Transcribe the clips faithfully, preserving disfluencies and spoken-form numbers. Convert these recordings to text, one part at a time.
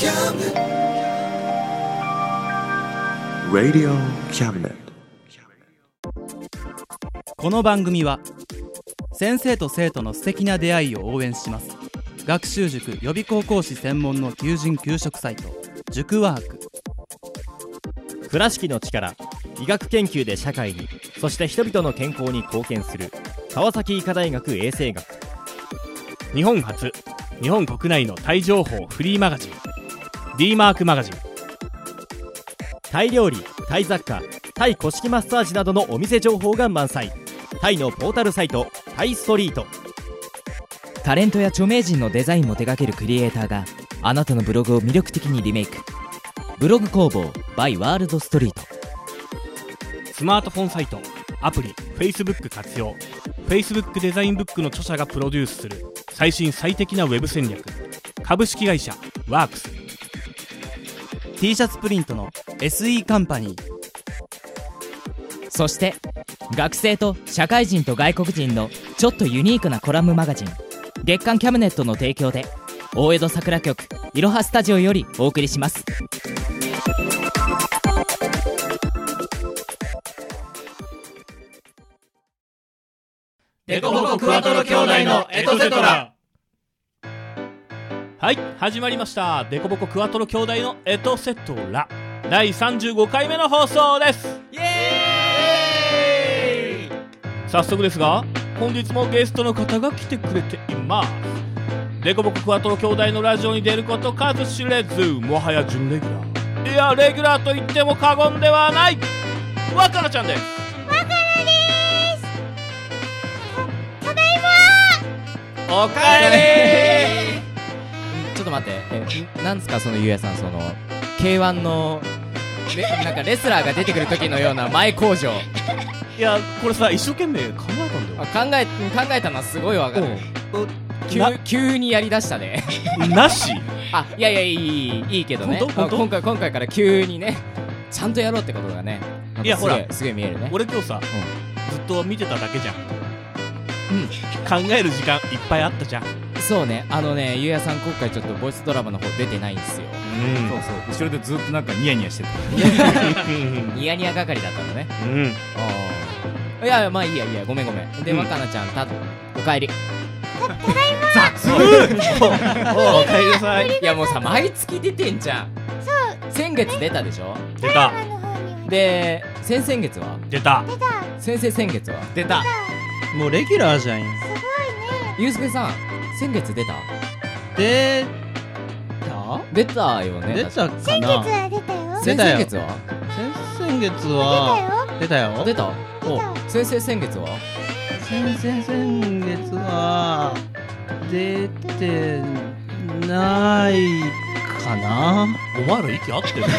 Radio Cabinet。 この番組は先生と生徒の素敵な出会いを応援します。学習塾予備高校師専門の求人・求職サイト塾ワーク。 倉敷の力、医学研究で社会に、そして人々の健康に貢献する川崎医科大学衛生学。 日本初、日本国内のタイ情報フリーマガジン D マークマガジン。 タイ料理、タイ雑貨、タイ古式マッサージなどのお店情報が満載。タイのポータルサイトタイストリート。 タレントや著名人のデザインも手掛けるクリエイターがあなたのブログを魅力的にリメイク。ブログ工房 by ワールドストリート。 スマートフォンサイト、アプリ、Facebook 活用。 Facebook デザインブックの著者がプロデュースする最新最適なウェブ戦略。株式会社ワークス。 T シャツプリントの エスイー カンパニー。 そして学生と社会人と外国人のちょっとユニークなコラムマガジン月刊キャムネットの提供で大江戸桜局いろはスタジオよりお送りします。 デコボコクワトロ兄弟のエトセトラ。はい、始まりました。デコボコクワトロ兄弟のエトセトラだいさんじゅうごかいめの放送です。イエーイ。早速ですが、本日もゲストの方が来てくれています。デコボコクワトロ兄弟のラジオに出ること数知れず、もはや準レギュラー、いやレギュラーと言っても過言ではないわかなちゃんです。 わかなです。 た, ただいま。おかえり。 ちょっと待って、えなんですかそのゆうやさん、その ケーワン のレなんかレスラーが出てくる時のような前工場。 いやこれさ、一生懸命考えたんだよ。 あ考え考えたのはすごいわかる。急, 急にやりだしたね。 なし。あ、 いやいやいいいいけどね。今回今回から急にね、ちゃんとやろうってことがね。 いやほらすげえ見えるね。 俺今日さ、うん、ずっと見てただけじゃん。 うん、 考える時間いっぱいあったじゃん。 そうね、あのね、ゆうやさん今回ちょっとボイスドラマの方出てないんですよ。 うん、そうそう、後ろでずっとなんかニヤニヤしてた。 ニヤニヤ係だったのね。 うん。 ああ、いやまあいいやいいや、ごめんごめん。で、うん、若菜ちゃん、たおかえり。 ただいま。 雑。おおかえりなさい。 いやもうさ、毎月出てんじゃん。 そう。 先月出たでしょ。 出た。 で、先々月は出た。 出た。 先々先月は出た。 もうレギュラーじゃん。 すごいね。 ゆうすけさん、先月出た？ 出た？ 出たよね。 出たかな。 先月は出たよ。 先々月は？ 先々月は出たよ。 出た？お、先々先月は？ 先々先月は出てないかな。 お前ら息合ってる？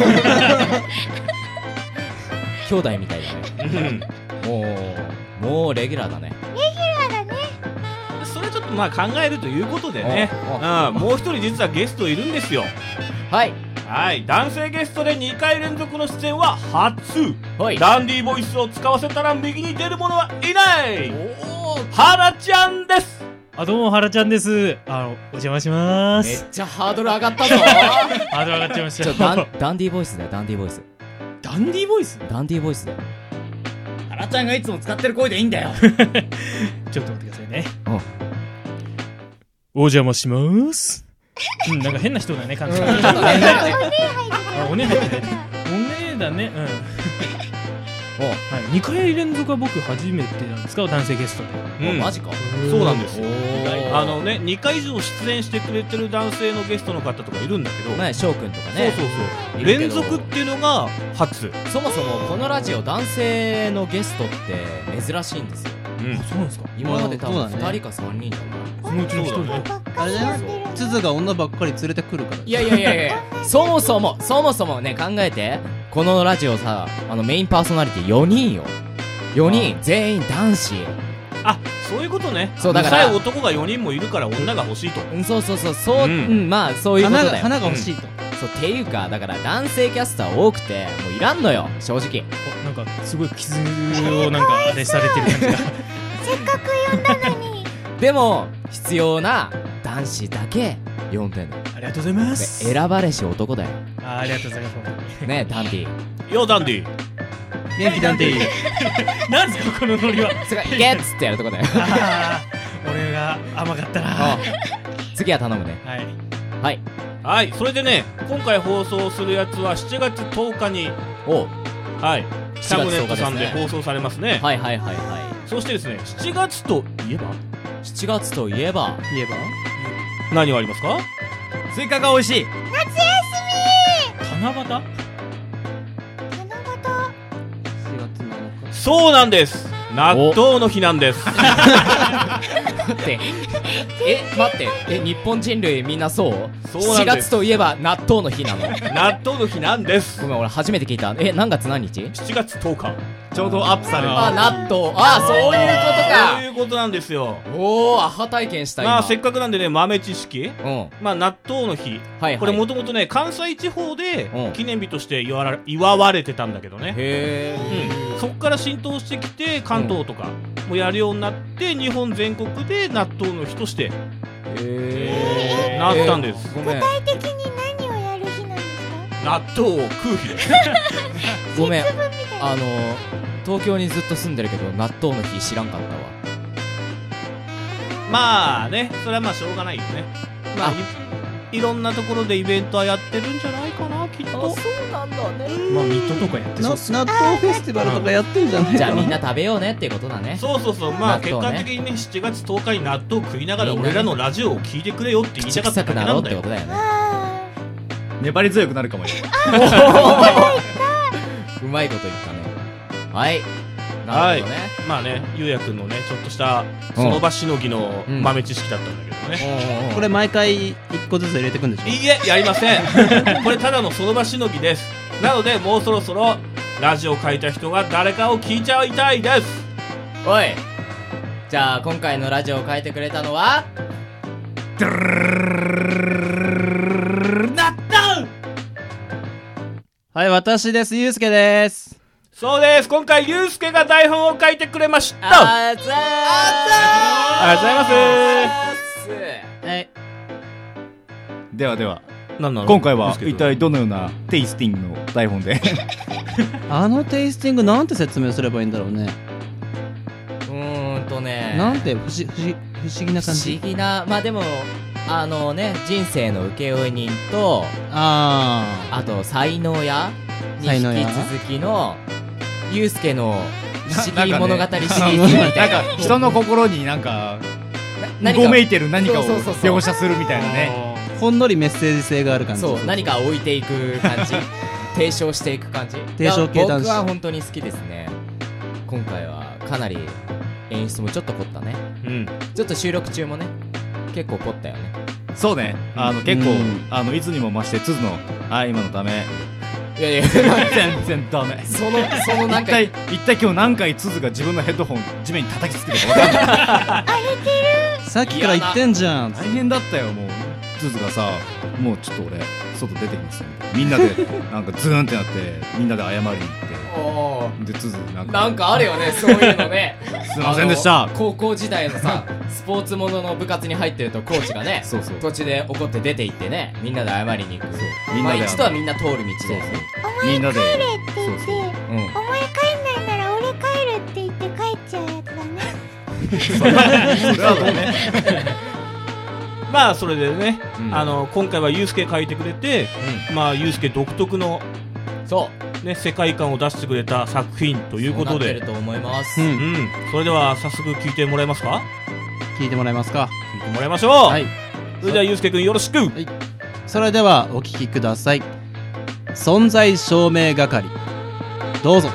兄弟みたいだね。もうもうレギュラーだね。 レギュラーだね。 それちょっとまあ考えるということでね、うん、もう一人実はゲストいるんですよ。 はいはい、男性ゲストでにかい連続の出演は初。 はい、 ダンディーボイスを使わせたら右に出る者はいない。おー、ハラちゃんです。 あ、どうもハラちゃんです。あのお邪魔します。 めっちゃハードル上がったぞ。 ハードル上がっちゃいました。 ちょダンダンディーボイスだよ、ダンディーボイス。 ダンディーボイス？ ダンディーボイスだよ。 ハラちゃんがいつも使ってる声でいいんだよ。 ちょっと待ってくださいね。うん、お邪魔しまーす。うん、なんか変な人だね、感じが。おねえ入ってる。おねえだね。うん。お、はい、にかい連続は僕初めてなんですか、男性ゲストで。うん、マジか。 そうなんですよ。あのね、にかい以上出演してくれてる男性のゲストの方とかいるんだけど、 ね、翔くんとかね。 そうそうそう。連続っていうのが初。 そもそもこのラジオ男性のゲストって珍しいんですよ。 うん、そうなんですか。 今まで多分ふたりかさんにんだな。 そのうちのひとり。 あれじゃない？つづが女ばっかり連れてくるから。 いやいやいやいや、そもそもそもそもね、考えて、このラジオさ、あのメインパーソナリティよにんよ。よにん全員男子。 あ、そういうことね。 そうだから、 男がよにんもいるから女が欲しいと。 うん、そうそうそうそう、うん、うん、まあそういうことだよ。 花が欲しいと。 そうっていうか、だから男性キャスター多くてもういらんのよ、正直。 お、なんかすごい傷をなんかあれされてる感じが。 せっかく呼んだのに。 でも必要な男子だけ呼んでんの。 ありがとうございます。 選ばれし男だよ。 あありがとうございます。 ねダンディ。 よダンディ。 元気ダンディ。 なんですかこのノリは。 すごいゲッツってやるとこだよ。 ああ俺が甘かったな。 次は頼むね。 はいはいはい、それでね、今回放送するやつはしちがつとおかに、 おうはいキャムネットさんでしちがつとおかですね放送されますね。 はいはいはいはい。 そしてですね、しちがつといえばしちがつといえば言えば何がありますか？ スイカが美味しい。 七夕。 七夕。 そうなんです、納豆の日なんです。 ってえ待ってえ日本人類みんなそうそうなんです。 しちがつといえば納豆の日なの。 納豆の日なんです。 ごめん俺初めて聞いた。え何月何日？ しちがつとおか。 ちょうどアップされる。 あ納豆。あそういうことそうか。 いうことなんですよ。 おおアハ体験した今。 まあせっかくなんでね、豆知識、 うんまあ納豆の日、 はいはい。 これもともとね関西地方でうん記念日として祝われ祝われてたんだけどね、 へうん、そこから浸透してきて関東とかもやるようになって日本全国で納豆の日としてえなったんです。 ごめん具体的に何をやる日なんですか？ 納豆を食う日です。 ごめん節分みたいな。 あの東京にずっと住んでるけど納豆の日知らんかったわ。 まあね、それはまあしょうがないよね。まああいいろんなところでイベントはやってるんじゃないかなきっと。 うなんだね。 まあミットとかやってそうっす。 納豆フェスティバルとかやってんじゃないかな。 じゃあみんな食べようねっていうことだね。 そうそうそう、まあ結納豆ね果的にねしちがつとおかに納豆を食いながらみんなね俺らのラジオを聞いてくれよって言い口たかった臭くなろうっだけなんだよ。 てことだよね。 あ粘り強くなるかもよ。 うまいこと言ったね。はいなるほどね。 まあね、ゆうやくんのねちょっとしたその場しのぎのうん豆知識だったんだけどね、 うんこれ毎回一個ずつ入れてくんでしょ。 いいえやりません。これただのその場しのぎです。なのでもうそろそろラジオ書いた人が誰かを聞いちゃいたいです。 おいじゃあ今回のラジオを書いてくれたのははい、私です。ゆうすけです。 そうです、今回ゆうすけが台本を書いてくれました。 あざーありがとうございますはい。 ではではなんなの今回はゆうすけくん一体どのようなテイスティングの台本であのテイスティングなんて説明すればいいんだろうね。 うーんとねなんて不思不思不思議な感不思じ。 議なまあでもあのね人生の請負人とああと才能屋に引才能屋き続きのゆうすけの不思議物語シリーズなんみたいなか人の心になんかなうごめいてる何かをそうそうそうそう描写するみたいなね。 あ、ほんのりメッセージ性がある感じ。 そう何か置いていく感じ提唱していく感じ提唱系男子僕は本当に好きですね。今回はかなり演出もちょっと凝ったね。 うんちょっと収録中もね結構凝ったよね。 そうね、あの結構うんあのいつにも増してつづのあ今のダメいやいや全然ダメ。 そのそのなんか一体一体今日何回つづが自分のヘッドホン地面に叩きつけてるか分かんないさっきから言ってんじゃん。 大変だったよ。もうつづがさ、もうちょっと俺外出てきますよみたいな、みんなでなんかズーンってなってみんなで謝りに行っておーでつづなんかなんかあるよねそういうのねすいませんでしたあの高校時代のさスポーツものの部活に入ってるとコーチがねそうそう途中で怒って出て行ってねみんなで謝りに行く。 みんなでまあ一度はみんな通る道だよね。 お前みんなで帰れって言って、 そうそううんお前帰んないなら俺帰るって言って帰っちゃうやつだね。 それはどうねまあそれでね、 うんあの今回はゆうすけ書いてくれて、まあゆうすけ独特のそうね世界観を出してくれた作品ということで、 そうなってると思います。 う。 うんん、それでは早速聞いてもらえますか。 聞いてもらえますか。 聞いてもらいましょう。 はい。 それではゆうすけくんよろしく。 それではお聞きください。存在証明係。どうぞ。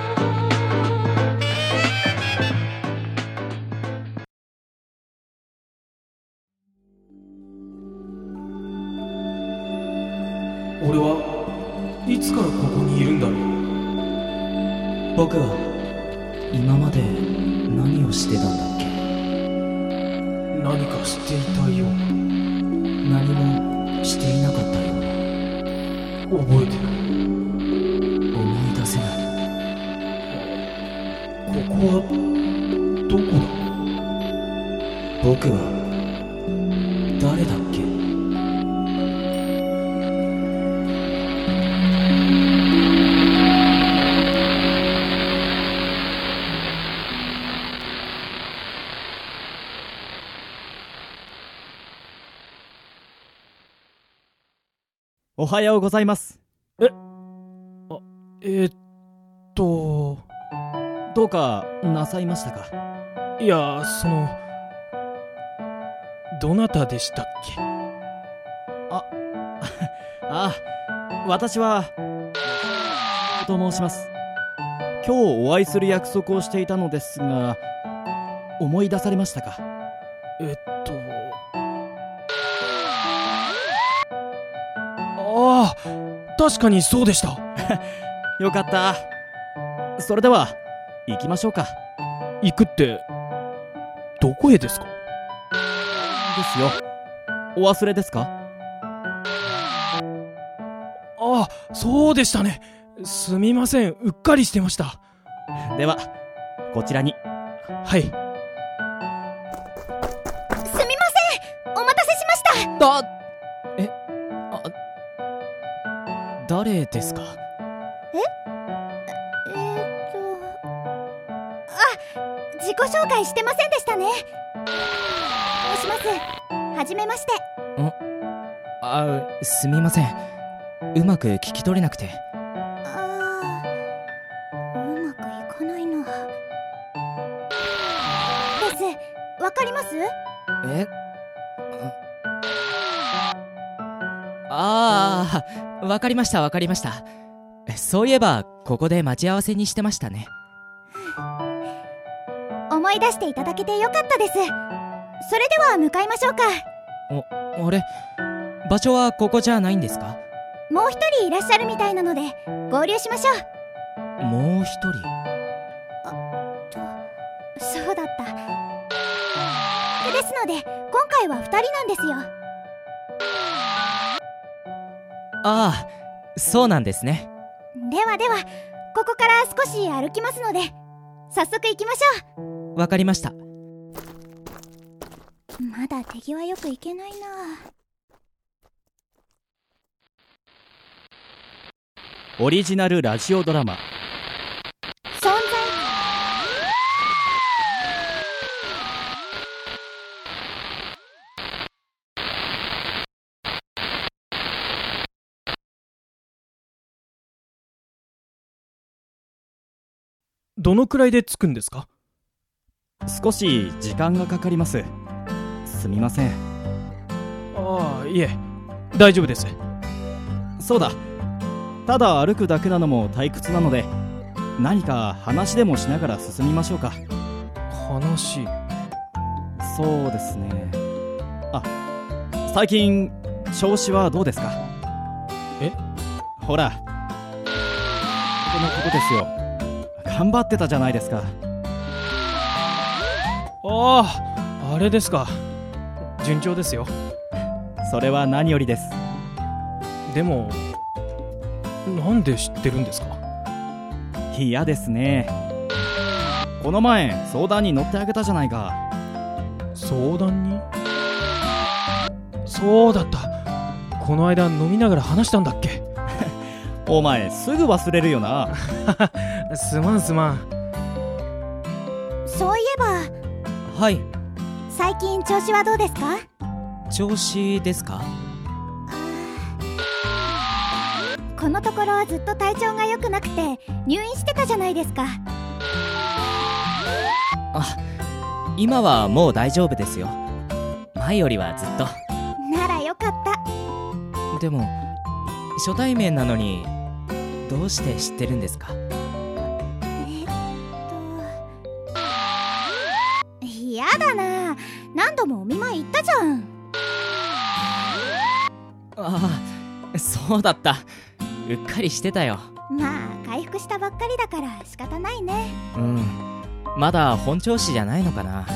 俺はいつからここにいるんだろう。 僕は今まで何をしてたんだっけ。 何かしていたよ。 何もしていなかったような。 覚えてない。 思い出せない。 ここはどこだ。 僕は誰だっけ。 おはようございます。 え、あ、えー、っとどうかなさいましたか？ いや、そのどなたでしたっけ？ あ、あ、私はと申します。今日お会いする約束をしていたのですが、思い出されましたか？ えっとああ、確かにそうでしたよかった。それでは行きましょうか。 行くってどこへですか？ ですよ。お忘れですか？ ああ、そうでしたね。すみません、うっかりしてました。 ではこちらに。 はい。 すみません、お待たせしました。 だえあ誰ですか？ ええー、っとあ、自己紹介してませんでしたね。申します。はじめまして。 んあ、すみません、うまく聞き取れなくて。 あー、うまくいかないな。です。わかります？ えああ、わかりましたわかりました。そういえばここで待ち合わせにしてましたね。 思い出していただけてよかったです。それでは向かいましょうか。 お、あれ、場所はここじゃないんですか？ もう一人いらっしゃるみたいなので合流しましょう。 もう一人？ あと、そうだった。ですので今回は二人なんですよ。 ああ、そうなんですね。 ではでは、ここから少し歩きますので早速行きましょう。わかりました。 まだ手際よくいけないな。 オリジナルラジオドラマ存在。 どのくらいで着くんですか？ 少し時間がかかります。すみません。 ああ、いえ、大丈夫です。 そうだ、ただ歩くだけなのも退屈なので、何か話でもしながら進みましょうか。 話？ そうですね。あ、最近調子はどうですか？ え？ ほら、このことですよ。頑張ってたじゃないですか。 ああ、あれですか。順調ですよ。 それは何よりです。 でもなんで知ってるんですか？ 嫌ですね。この前相談に乗ってあげたじゃないか。 相談に？そうだった。この間飲みながら話したんだっけ？ お前すぐ忘れるよな。 すまんすまん。 そういえば。 はい。 最近調子はどうですか？ 調子ですか？ このところずっと体調が良くなくて入院してたじゃないですか。 あ、今はもう大丈夫ですよ。前よりはずっと。 ならよかった。 でも初対面なのにどうして知ってるんですか？ えっとやだな、何度もお見舞い行ったじゃん。 ああ、そうだった。うっかりしてたよ。 まあ回復したばっかりだから仕方ないね。 うん、まだ本調子じゃないのかな。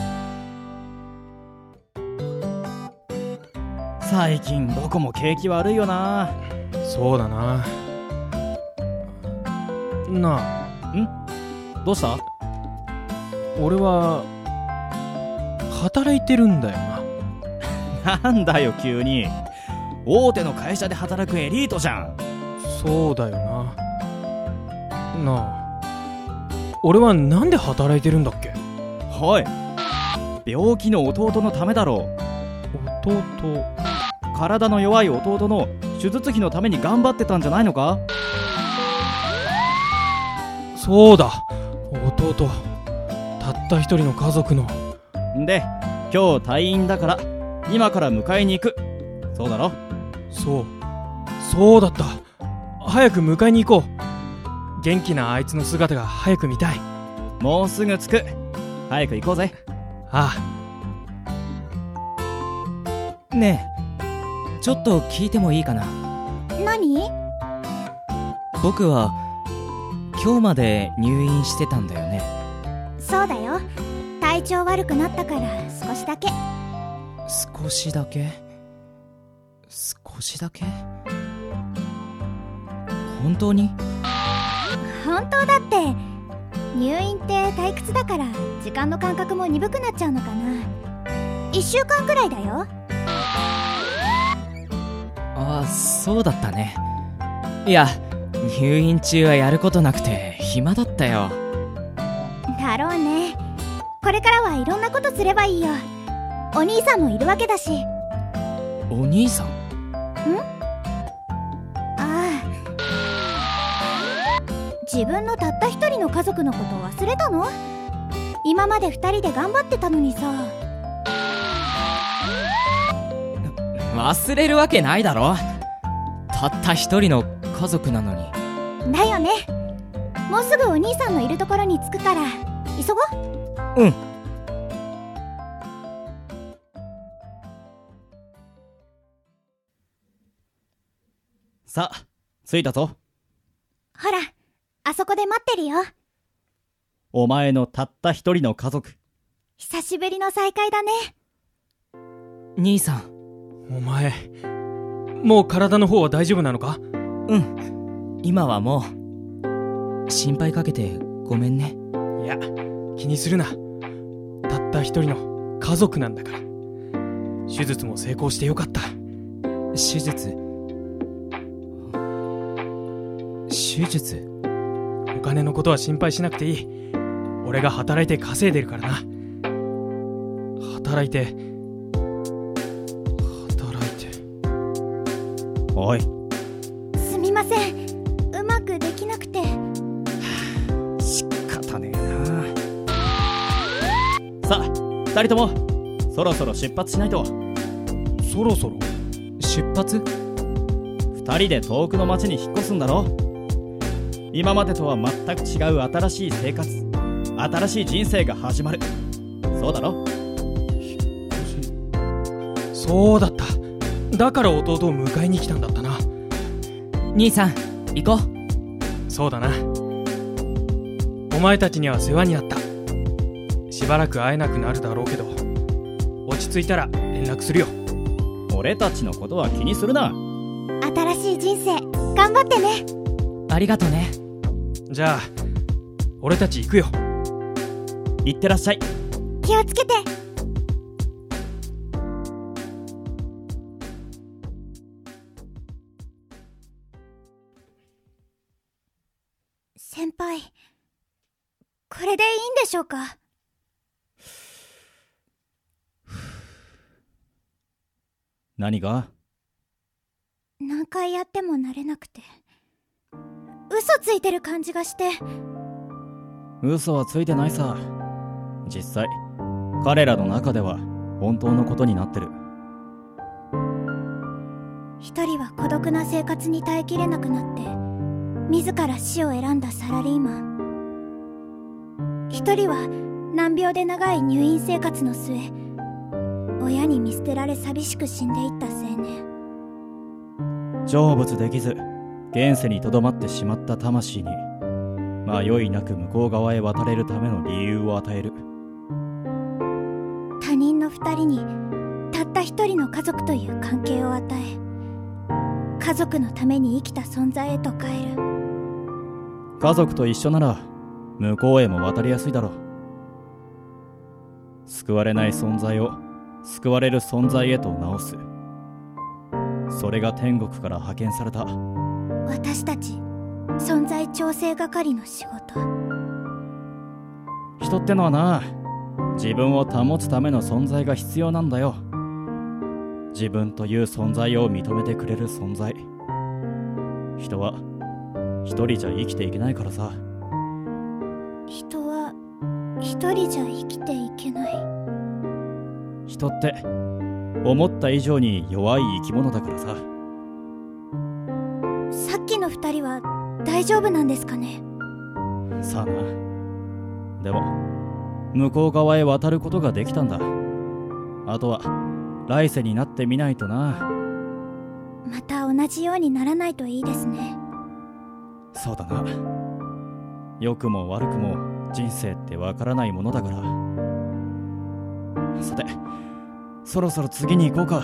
最近どこも景気悪いよな。 そうだな。なあ。 ん？どうした？ 俺は働いてるんだよな。なんだよ急に。大手の会社で働くエリートじゃん。 そうだよな。なあ、俺はなんで働いてるんだっけ？ はい、病気の弟のためだろう。 弟？ 体の弱い弟の手術費のために頑張ってたんじゃないのか？ そうだ、弟。たった一人の家族の。 で、今日退院だから今から迎えに行く。そうだろ？ そうそうだった。早く迎えに行こう。元気なあいつの姿が早く見たい。 もうすぐ着く。早く行こうぜ。 ああ。ねえ、ちょっと聞いてもいいかな？ 何？ 僕は今日まで入院してたんだよね。 そうだよ。体調悪くなったから少しだけ。 少しだけ？少しだけ？本当に？ 本当だって。入院って退屈だから時間の感覚も鈍くなっちゃうのかな。いっしゅうかんくらいだよ。 ああ、そうだったね。いや、入院中はやることなくて暇だったよ。 だろうね。これからはいろんなことすればいいよ。お兄さんもいるわけだし。 お兄さん？ん？ ああ、自分のたった一人の家族のこと忘れたの？今まで二人で頑張ってたのにさ。 忘れるわけないだろ。たった一人の家族なのに。 だよね。もうすぐお兄さんのいるところに着くから急ごう。 うん。 さあ、着いたぞ。 ほら、あそこで待ってるよ。 お前のたった一人の家族。 久しぶりの再会だね。 兄さん。 お前、もう体の方は大丈夫なのか？ うん、今はもう。心配かけてごめんね。 いや、気にするな。たった一人の家族なんだから。手術も成功してよかった。 手術？手術？ お金のことは心配しなくていい。俺が働いて稼いでるからな。働いて働いておい。 すみません、うまくできなくて。 仕方ねえな。さあ、二人ともそろそろ出発しないと。 そろそろ出発？ 二人で遠くの町に引っ越すんだろ。今までとは全く違う新しい生活、新しい人生が始まる。そうだろ？ そうだった。だから弟を迎えに来たんだったな。 兄さん、行こう。 そうだな。お前たちには世話になった。しばらく会えなくなるだろうけど、落ち着いたら連絡するよ。 俺たちのことは気にするな。 新しい人生頑張ってね。 ありがとね。 じゃあ俺たち行くよ。 いってらっしゃい。 気をつけて。先輩、これでいいんでしょうか？ 何が？ 何回やっても慣れなくて、嘘ついてる感じがして。 嘘はついてないさ。実際彼らの中では本当のことになってる。 一人は孤独な生活に耐えきれなくなって自ら死を選んだサラリーマン。一人は難病で長い入院生活の末、親に見捨てられ寂しく死んでいった青年。 成仏できず現世にとどまってしまった魂に迷いなく向こう側へ渡れるための理由を与える。 他人の二人にたった一人の家族という関係を与え、家族のために生きた存在へと変える。 家族と一緒なら向こうへも渡りやすいだろう。救われない存在を救われる存在へと直す。それが天国から派遣された私たち存在調整係の仕事。 人ってのはな、自分を保つための存在が必要なんだよ。 自分という存在を認めてくれる存在。人は一人じゃ生きていけないからさ。 人は一人じゃ生きていけない。 人って思った以上に弱い生き物だからさ。 さっきの二人は大丈夫なんですかね。 さあな。でも向こう側へ渡ることができたんだ。あとは来世になってみないとな。 また同じようにならないといいですね。 そうだな。良くも悪くも人生ってわからないものだから。さて、そろそろ次に行こうか。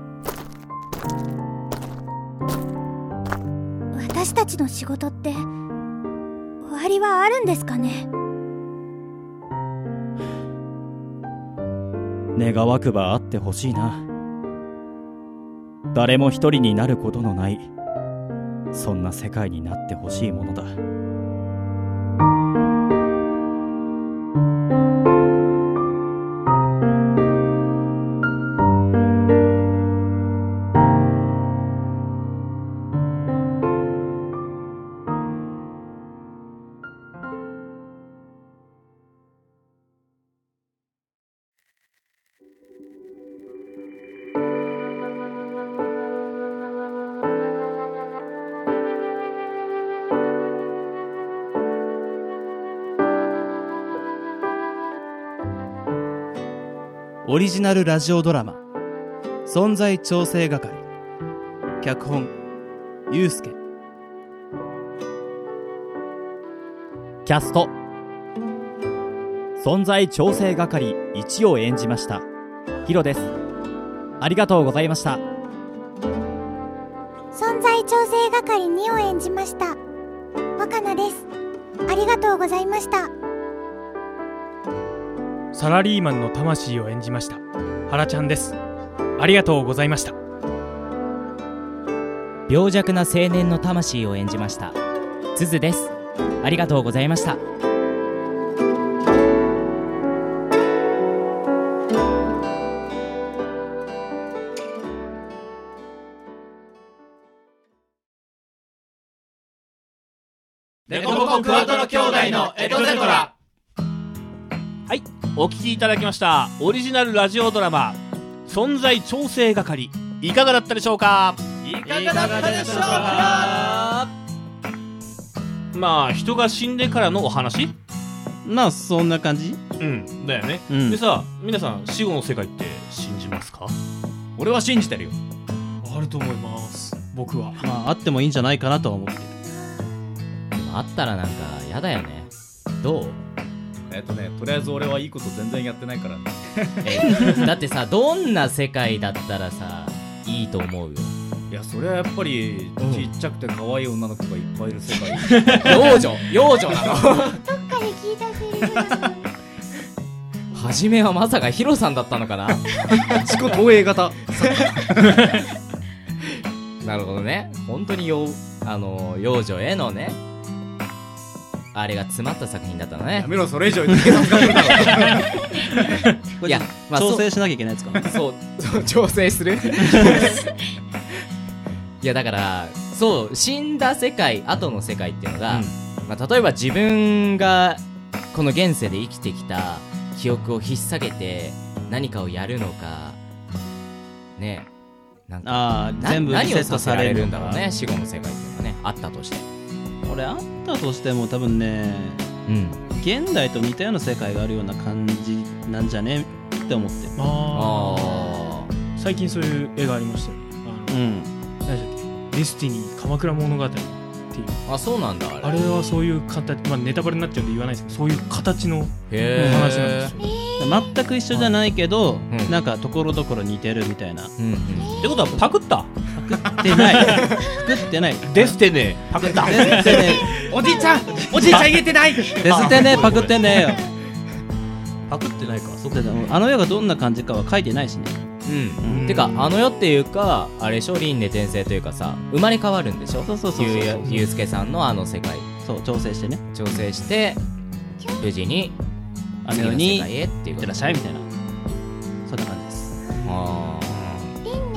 私たちの仕事って終わりはあるんですかね。 願わくばあってほしいな。誰も一人になることのない、そんな世界になってほしいものだ。 オリジナルラジオドラマ存在調整係。脚本ゆうすけ。 キャスト、存在調整係いちを演じましたヒロです。ありがとうございました。 存在調整係にを演じました若菜です。ありがとうございました。 サラリーマンの魂を演じました原ちゃんです。ありがとうございました。 病弱な青年の魂を演じましたつづです。ありがとうございました。 デコボコクワトロ兄弟のエトセトラ。はい、お聞きいただきましたオリジナルラジオドラマ存在調整係、いかがだったでしょうか。 いかがだったでしょうか。 まあ人が死んでからのお話。 まあそんな感じ。 うんだよね、 うん、 でさ、皆さん死後の世界って信じますか。 俺は信じてるよ。 あると思います。僕はまああってもいいんじゃないかなとは思ってる。 あったらなんかやだよね。どう？ えっとね、とりあえず俺はいいこと全然やってないからね。 えだってさ、どんな世界だったらさいいと思うよ。 いや、それはやっぱりちっちゃくて可愛い女の子がいっぱいいる世界。 幼女幼女なの。 どっかで聞いたセリフだったの。 初めはまさかヒロさんだったのかな。 自己投影型。 なるほどね。本当によあの幼女へのねあれが詰まった作品だったのね。 やめろ、それ以上言ってください。 いや、まあ、 調整しなきゃいけないやつかな。 そうそう調整する。いやだからそう死んだ世界後の世界っていうのが、うんまあ、例えば自分がこの現世で生きてきた記憶を引っ提げて何かをやるのかねえ、なんかあ全部何をリセットさせられされるるんだろうね。死後の世界っていうのがねあったとして。 俺あったとしても多分ね、 うん、 現代と似たような世界があるような感じなんじゃねって思ってる。 ああ最近そういう絵がありましたよ。あの、うん、何でしたっけ、デスティニー鎌倉物語っていう。 あ、そうなんだ。 あれはそういう形、まあネタバレになっちゃうんで言わないですけど、そういう形の話なんですよ。 全く一緒じゃないけど、うん、なんかところどころ似てるみたいな、うんうん、 ってことはパクったパクってないパクってないデステネパクったデステネおじいちゃんおじいちゃん言えてない。デステネパクってねえよ。 パクってないか。 そうだ、あの世がどんな感じかは書いてないしね。 うん、うん、てかあの世っていうかあれでしょ、輪廻転生というかさ生まれ変わるんでしょ。 そうそうそうそう、 ゆうすけさんのあの世界そう調整してね調整して無事にあの世に行ってらっしゃいみたいな、そんな感じです。 あ輪廻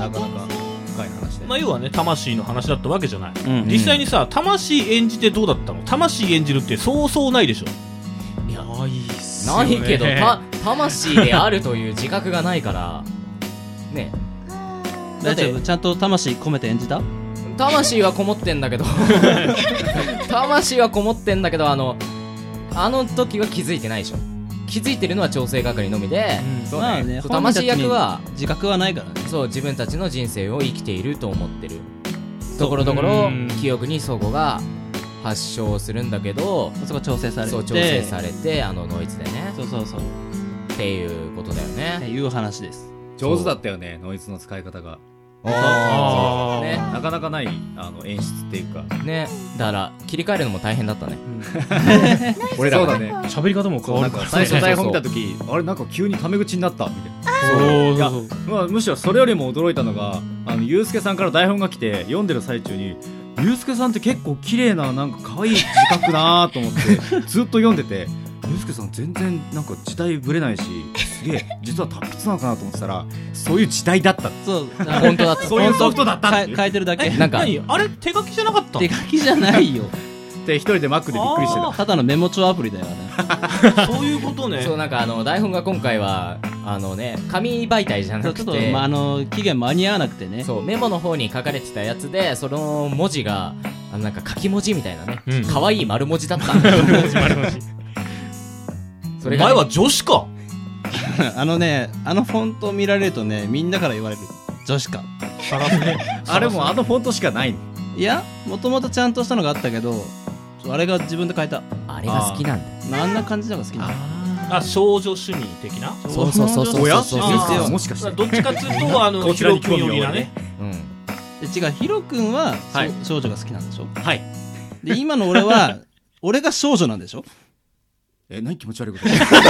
なかなか深い話で、 まあ、要はね魂の話だったわけじゃない、 うん、 実際にさ魂演じてどうだったの？魂演じるってそうそうないでしょ。 いやないっすよなね。 いけどた魂であるという自覚がないからね。だって大丈夫？ちゃんと魂込めて演じた？ 魂はこもってんだけど魂はこもってんだけどあのあの時は気づいてないでしょ。気づいてるのは調整係のみで、 うん、そうね、ね、 そう魂役は自覚はないからね。 そう自分たちの人生を生きていると思ってる。ところどころ記憶に齟齬が発症するんだけど、 そこ調整されてそう調整されてあのノイズでね、 そうそうそうっていうことだよね。 っていう話です。 上手だったよねノイズの使い方が。 ああ、ね、 なかなかないあの演出っていうかね。だから切り替えるのも大変だったね、 うん、俺らがね喋り方も変わるから最初台本見た時あれなんか急にタメ口になったみたいな。 そういや、まあ、むしろそれよりも驚いたのがあのゆうすけさんから台本が来て読んでる最中にゆうすけさんって結構綺麗ななんか可愛い字書くなと思ってずっと読んでてゆうすけさん全然なんか時代ぶれないしすげえ実は達筆なのかなと思ってたらそういう時代だった。 そう本当だったそういうソフトだったって書いてるだけ。 なんか何あれ手書きじゃなかった？ 手書きじゃないよって一人でマックでびっくりしてた。 ただのメモ帳アプリだよねそういうことね。 そうなんかあの台本が今回はあのね紙媒体じゃなくてちょっと、まあ、あの期限間に合わなくてね。 そうメモの方に書かれてたやつでその文字があのなんか書き文字みたいなね、うん、可愛い丸文字だったんだよ丸文字それが、ね、前は女子かあのねあのフォント見られるとねみんなから言われる女子かあれもあのフォントしかないの。 いやもともとちゃんとしたのがあったけどあれが自分で変えた。 あれが好きなんだ。 あんな感じのが好きなんだ。 あ少女趣味的な。 そうそうそうそうそうそうそうもしかしてどっちかっていうとあのヒロ君よりなね。 うんで違うヒロ君は、はい、少女が好きなんでしょ。 はいで今の俺は俺が少女なんでしょ。 え何気持ち悪いこと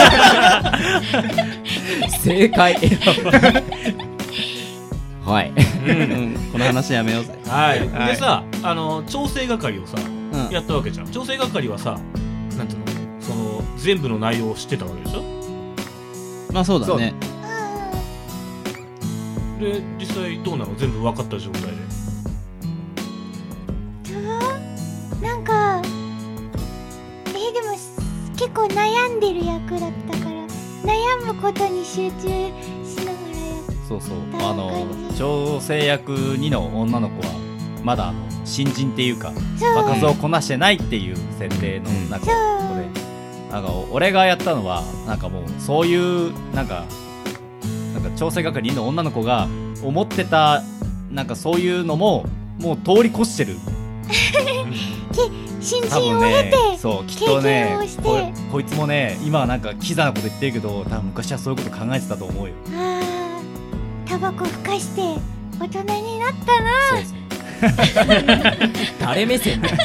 正解はい、 うんうん、この話やめようぜ。 はい、はい、でさあの調整係をさ、うん、やったわけじゃん。調整係はさなんていうのその全部の内容を知ってたわけでしょ。 まあそうだね。 で実際どうなの全部分かった状態で。 なんかえー、でも結構悩んでる役だったから悩むことに集中しながらやってそうそうあの調整役にの女の子はまだあの新人っていうか場数をこなしてないっていう設定の中で、うん、なんか俺がやったのはなんかもうそういうなんかなんか調整係の女の子が思ってたなんかそういうのももう通り越してる新人を経て、 ね、そうきっとね こ, こいつもね今はなんかキザなこと言ってるけど多分昔はそういうこと考えてたと思うよ。 あータバコふかして大人になったな。 そうそう誰目線だ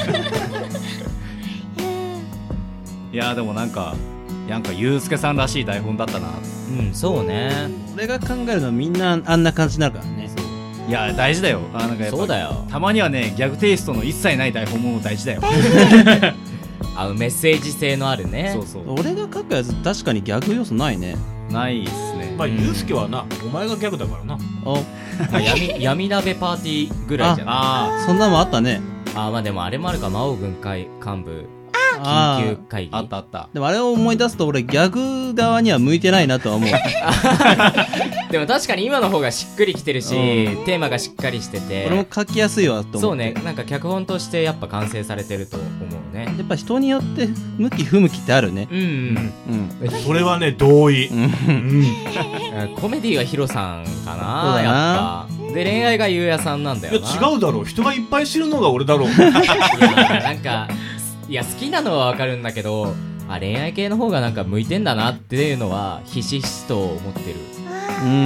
いやでもなんかなんかゆうすけさんらしい台本だったな。 うんそうね。 俺が考えるのはみんなあんな感じになるからね。 いや大事だよ。あなんかやっぱそうだよ。 たまにはねギャグテイストの一切ない台本も大事だよあメッセージ性のあるね。 そうそう俺が書くやつ確かにギャグ要素ないね。 ないっすね。 まあゆうすけはなお前がギャグだからな。 あ闇, 闇鍋パーティーぐらいじゃない。 ああそんなのもあったね。 あまあでもあれもあるか魔王軍会幹部緊急会議あったあった。 でもあれを思い出すと俺ギャグ側には向いてないなとは思うでも確かに今の方がしっくりきてるし、うん、テーマがしっかりしてて俺も書きやすいわと思って。 そうねなんか脚本としてやっぱ完成されてると思うね。 やっぱ人によって向き不向きってあるね。 うんうんうんそれはね同意うんコメディはヒロさんかなやっぱで恋愛がゆうやさんなんだよな。 いや違うだろう人がいっぱい知るのが俺だろういやなんかいや好きなのはわかるんだけどあ恋愛系の方がなんか向いてんだなっていうのはひしひしと思ってる。 うん、うん、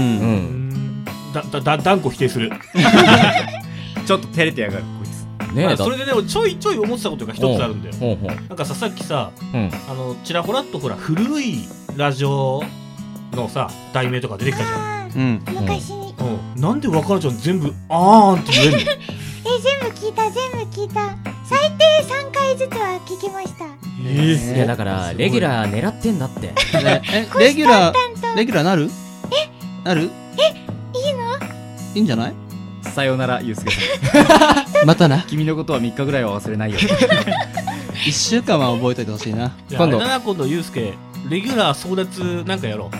だだだ断固否定するちょっと照れてやがるこいつね。まあ、それでねちょいちょい思ってたことが一つあるんだよ。ほうほうなんかささっきさ、うん、あのちらほらっとほら古いラジオのさ題名とか出てきたじゃん。 うん、昔に、 うん、なんで若菜ちゃん全部あーんって言えんのえ全部聞いた全部聞いた最低さんかいずつは聞きました。 えー、いやだからレギュラー狙ってんだって、ね、 えレギュラーレギュラーなるえなるえいいのいいんじゃない？ さようならゆうすけさんまたな。 君のことはみっかぐらいは忘れないよ。 いっしゅうかんは覚えといてほしいな。 今度今度ゆうすけレギュラー争奪なんかやろう。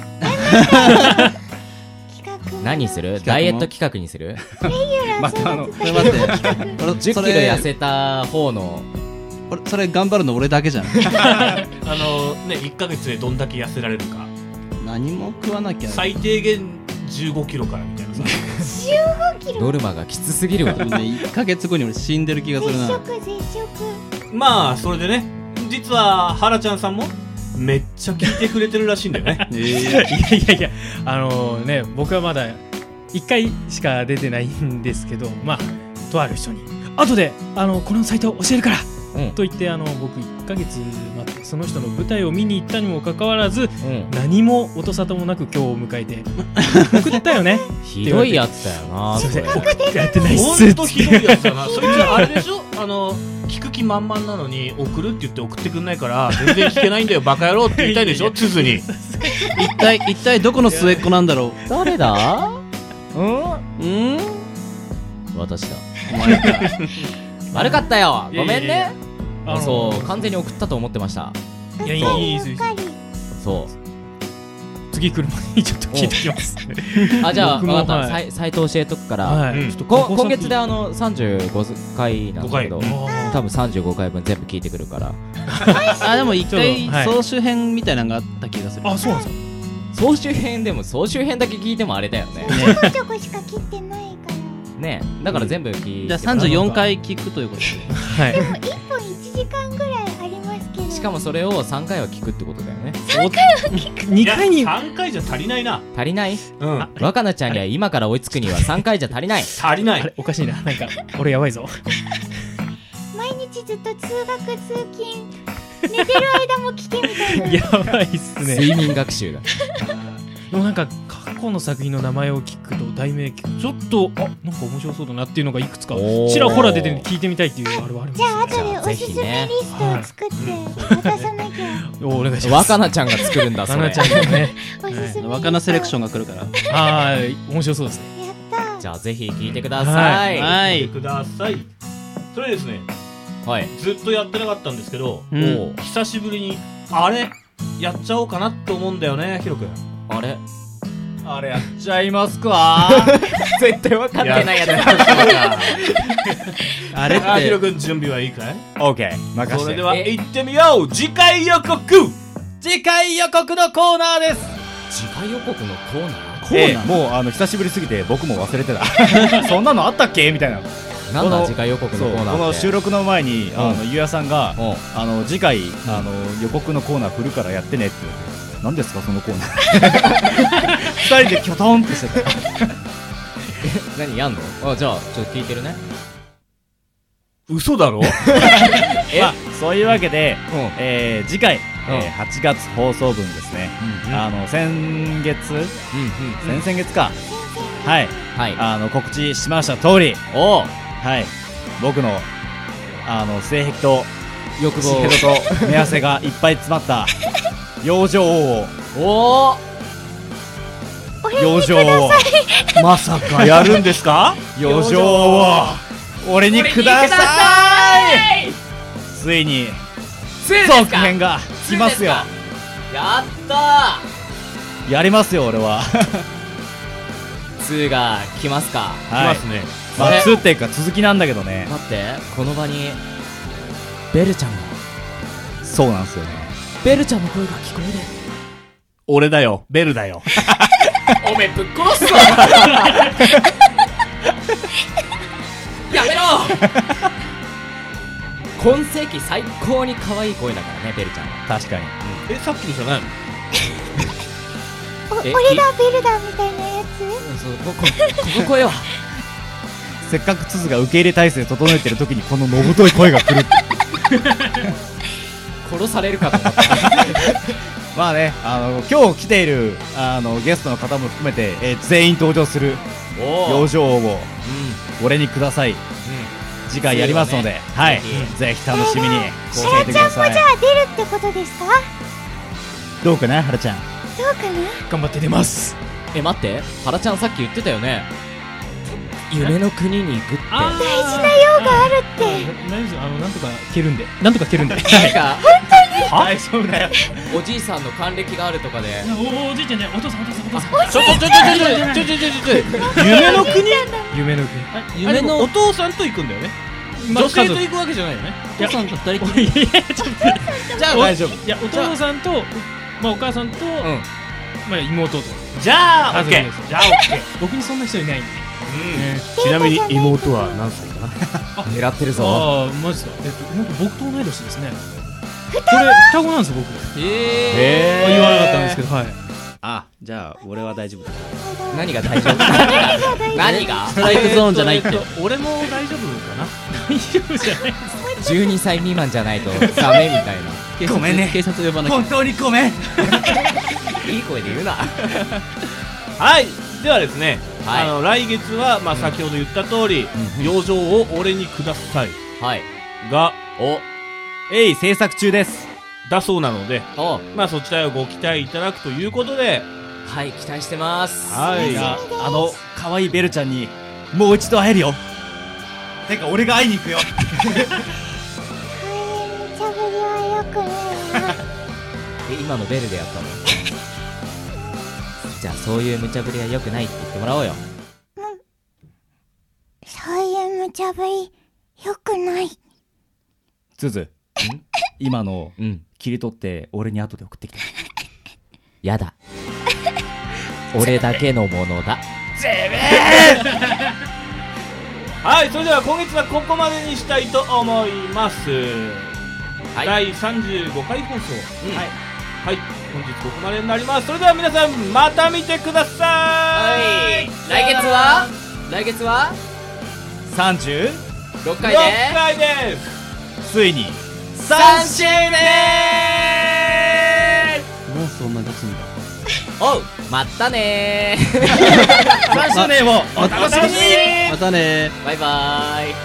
何する？ダイエット企画にする？ レギュラーまたあのそれ待ってじゅっキロ痩せた方の俺それ頑張るの俺だけじゃん。 あのねいっかげつでどんだけ痩せられるか。 何も食わなきゃ最低限じゅうごキロからみたいなさ。 じゅうごキロノルマがきつすぎるわ。 いっかげつごに俺死んでる気がするな。 絶食絶食。 まあそれでね実はハラちゃんさんもめっちゃ聞いてくれてるらしいんだよね。 えー、 いやいやいや、あのね、僕はまだいっかいしか出てないんですけど、まあとある人に後であのこのサイト教えるから、うん、と言ってあの僕いっかげつ待ってその人の舞台を見に行ったにもかかわらず、うん、何も音沙汰もなく今日を迎えて送ったよね。 ひどいやつだよな。 すいません、送ってやってないっす。 ほんとひどいやつだな。そいつあれでしょ、あの聞く気満々なのに送るって言って送ってくんないから全然聞けないんだよバカ野郎って言いたいでしょつづに。 一体一体どこの末っ子なんだろう。 誰だ？ うんうん私だ。お前か。悪かったよ、ごめんね。あ、そう完全に送ったと思ってました。 いやいやいいです。 そう次来るまでにちょっと聞いてきます。 あ、じゃあ分かった、はい、サイト教えとくから、はい、ちょっと今月であのさんじゅうごかいなんだけど、多分さんじゅうごかいぶん全部聞いてくるから。 あ、でも一回総集編みたいなのがあった気がする。 あ、そうなんですか。 総集編でも総集編だけ聞いてもあれだよね。 ちょこちょこしか切ってないからね。だから全部聞いて、 じゃあさんじゅうよんかい聞くということで。 はい。 でもいっぽんいちじかんぐらいありますけど、 しかもそれをさんかいは聞くってことだよね。 さんかいは聞く。 にかいにさんかいじゃ足りないな。 足りない？ うん。 若菜ちゃんには今から追いつくにはさんかいじゃ足りない。 足りない。 あれおかしいな。なんか俺やばいぞ。 毎日ずっと通学通勤寝てる間も聞けみたいな。 やばいっすね。 睡眠学習だ。 でもなんか過去の作品の名前を聞くと題名聞くちょっとあなんか面白そうだなっていうのがいくつかちらほら出てるんで聞いてみたいっていうあれはあります。 じゃあ後でおすすめリストを作って渡さなきゃ。 お願いします。 若菜ちゃんが作るんだそれ。 若菜ちゃんがね。 おすすめ。 若菜セレクションが来るから。 はい、面白そうですね。 やった。 じゃあぜひ聞いてください。 はい。 聞いてください。それですね。 はい。 ずっとやってなかったんですけど、 うん、 久しぶりにあれやっちゃおうかなって思うんだよね、ヒロ君。 あれ。 あれやっちゃいますか。 絶対分かってないやつ。 あれってあ、ヒロ君準備はいいかい？ オーケー、任せて。 それでは行ってみよう。次回予告。 次回予告のコーナーです。 次回予告のコーナー？ コーナー、えー、もうあの久しぶりすぎて僕も忘れてた。そんなのあったっけみたいな。 なんだ次回予告のコーナーって。 この収録の前にあのゆうやさんがあの次回あの予告のコーナー振るからやってねって。何ですかそのコーナー。二人でキョトンってしてた。 何やんの？あ、じゃあちょっと聞いてるね。 嘘だろ？ え、まあ、そういうわけで、うん、えー、次回、うん、えー、はちがつ放送分ですね、うんうん、あの先月、うんうんうん、先々月か、はい、はい、あの告知しました通り、お、はい、僕のあの性癖と欲望と目汗がいっぱい詰まった養生王を養生王まさかやるんですか？養生王俺にください。ついに続編が来ますよ。 やったー、やりますよ俺は。 にが来ますか？ 来ますね。 まあにっていうか続きなんだけどね。 待って、この場にベルちゃんが。 そうなんですよね。 ベルちゃんの声が聞こえる。 俺だよ、ベルだよ。 おめえぶっ殺すぞ。やめろ。今世紀最高に可愛い声だからね、ベルちゃんは。 確かに、 うん、え、さっきのじゃないの？ お俺だベルだみたいなやつ。 そう、こここの声はせっかくツズが受け入れ体制整えてる時にこののぶとい声が来る。 殺されるかと思った。 まあね、あの今日来ているあのゲストの方も含めて、えー、全員登場する養生王を、うん、俺にください、うん、次回やりますので、ね、はい、うん、ぜひ楽しみにしていてください。ハラちゃんもじゃあ出るってことですか？ どうかな、ハラちゃん。 どうかな。 頑張って出ます。 え、待って、ハラちゃんさっき言ってたよね。 夢の国に行くってあー大事な用があるって。 大丈夫です。あのなんとか蹴るんでなんとか蹴るんでなんか大丈夫だよ。 おじいさんの還暦があるとかでおおじいちゃんじゃないお父さんお父さんお父さん。 ちょちょちょちょちょちょちょちょちょ夢の国夢の国夢のお父さんと行くんだよね。女性と行くわけじゃないよね。 お父さんと二人きり。じゃあ大丈夫。 いやお父さんとまあお母さんとまあ妹と。 じゃあオッケー。 じゃあオッケー。 僕にそんな人いないんで。 ちなみに妹は何歳かな。 狙ってるぞ。 ああマジですか。えっとなんか僕と同い年ですね。これ双子なんですよ僕。 え言わなかったんですけどはい。 あ、じゃあ俺は大丈夫だ。 何が大丈夫？何が？ ストライクゾーンじゃないって。 俺も大丈夫かな。 大丈夫じゃない。 じゅうにさい未満じゃないとダメみたいな。 ごめんね。警察呼ばなきゃ。本当にごめん。 いい声で言うな。 はい。ではですね、 はい、 あの来月はまあ先ほど言った通り、うん、養生を俺にください。 はい。 がお、えい制作中です。 だそうなので、まあそちらをご期待いただくということで、 はい、期待してます。 はい。 あの可愛いベルちゃんにもう一度会えるよ。てか俺が会いに行くよ。 無茶ぶりはよくないな。 え、今のベルでやったの？じゃあそういう無茶ぶりは良くないって言ってもらおうよ。 うん。そういう無茶ぶり良くない。 ズズ、今の、うん、切り取って俺に後で送ってきて。 やだ。俺だけのものだ。 ぜめーはい、それでは今月はここまでにしたいと思います。はい、だいさんじゅうごかい放送、うん、はい、はい、本日ここまでになります。それでは皆さんまた見てください。はい、 来月は来月はさんじゅうろっかいでろっかいです。 ついにさんしゅうねん。 もうそんなに経つんだ。 おう、まったねー。 さんしゅうねんをお楽しみに。 またねー。バイバーイ。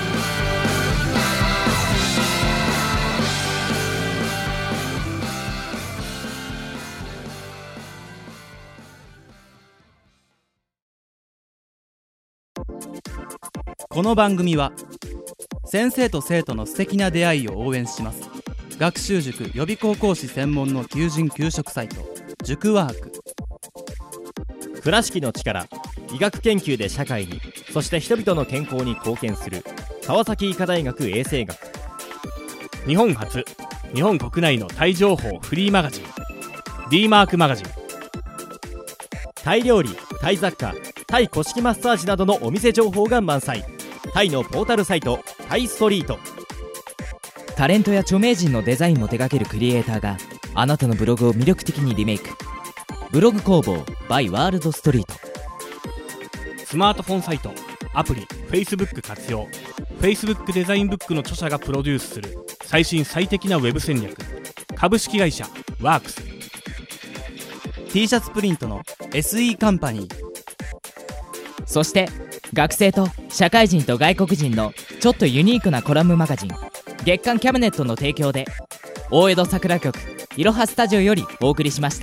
この番組は先生と生徒の素敵な出会いを応援します。学習塾予備高校師専門の求人・求職サイト塾ワーク。 倉敷の力、医学研究で社会に、そして人々の健康に貢献する川崎医科大学衛生学。 日本初、日本国内のタイ情報フリーマガジン D マークマガジン。 タイ料理、タイ雑貨、タイ古式マッサージなどのお店情報が満載。タイのポータルサイトタイストリート。 タレントや著名人のデザインも手掛けるクリエイターがあなたのブログを魅力的にリメイク。ブログ工房 by ワールドストリート。 スマートフォンサイト、アプリ、Facebook 活用。 Facebook デザインブックの著者がプロデュースする最新最適なウェブ戦略。株式会社ワークス。 T シャツプリントの エスイー カンパニー。 そして学生と社会人と外国人のちょっとユニークなコラムマガジン月刊キャムネットの提供で大江戸桜局いろはスタジオよりお送りしました。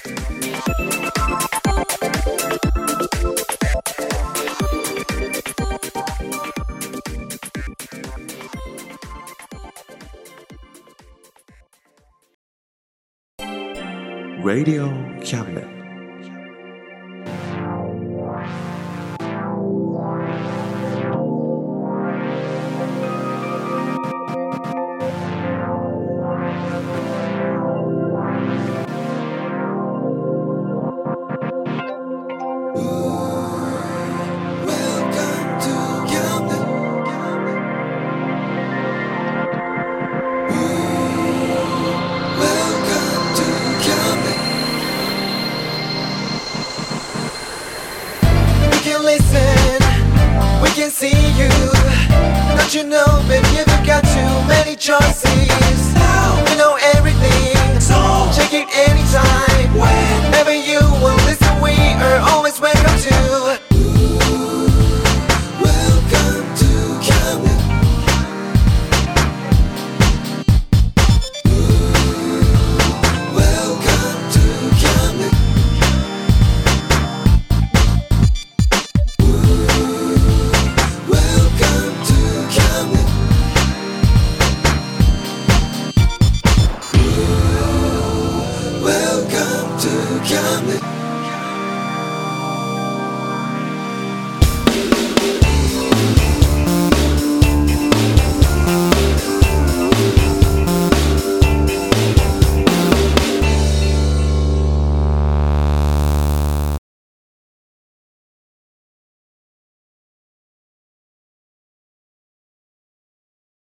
Radio Cabinet. You know, baby, you've got too many choices. You know everything, so check it anytime. Whenever you will listen, we are always welcome to. Welcome to Camden. Welcome to Camden. to Camlet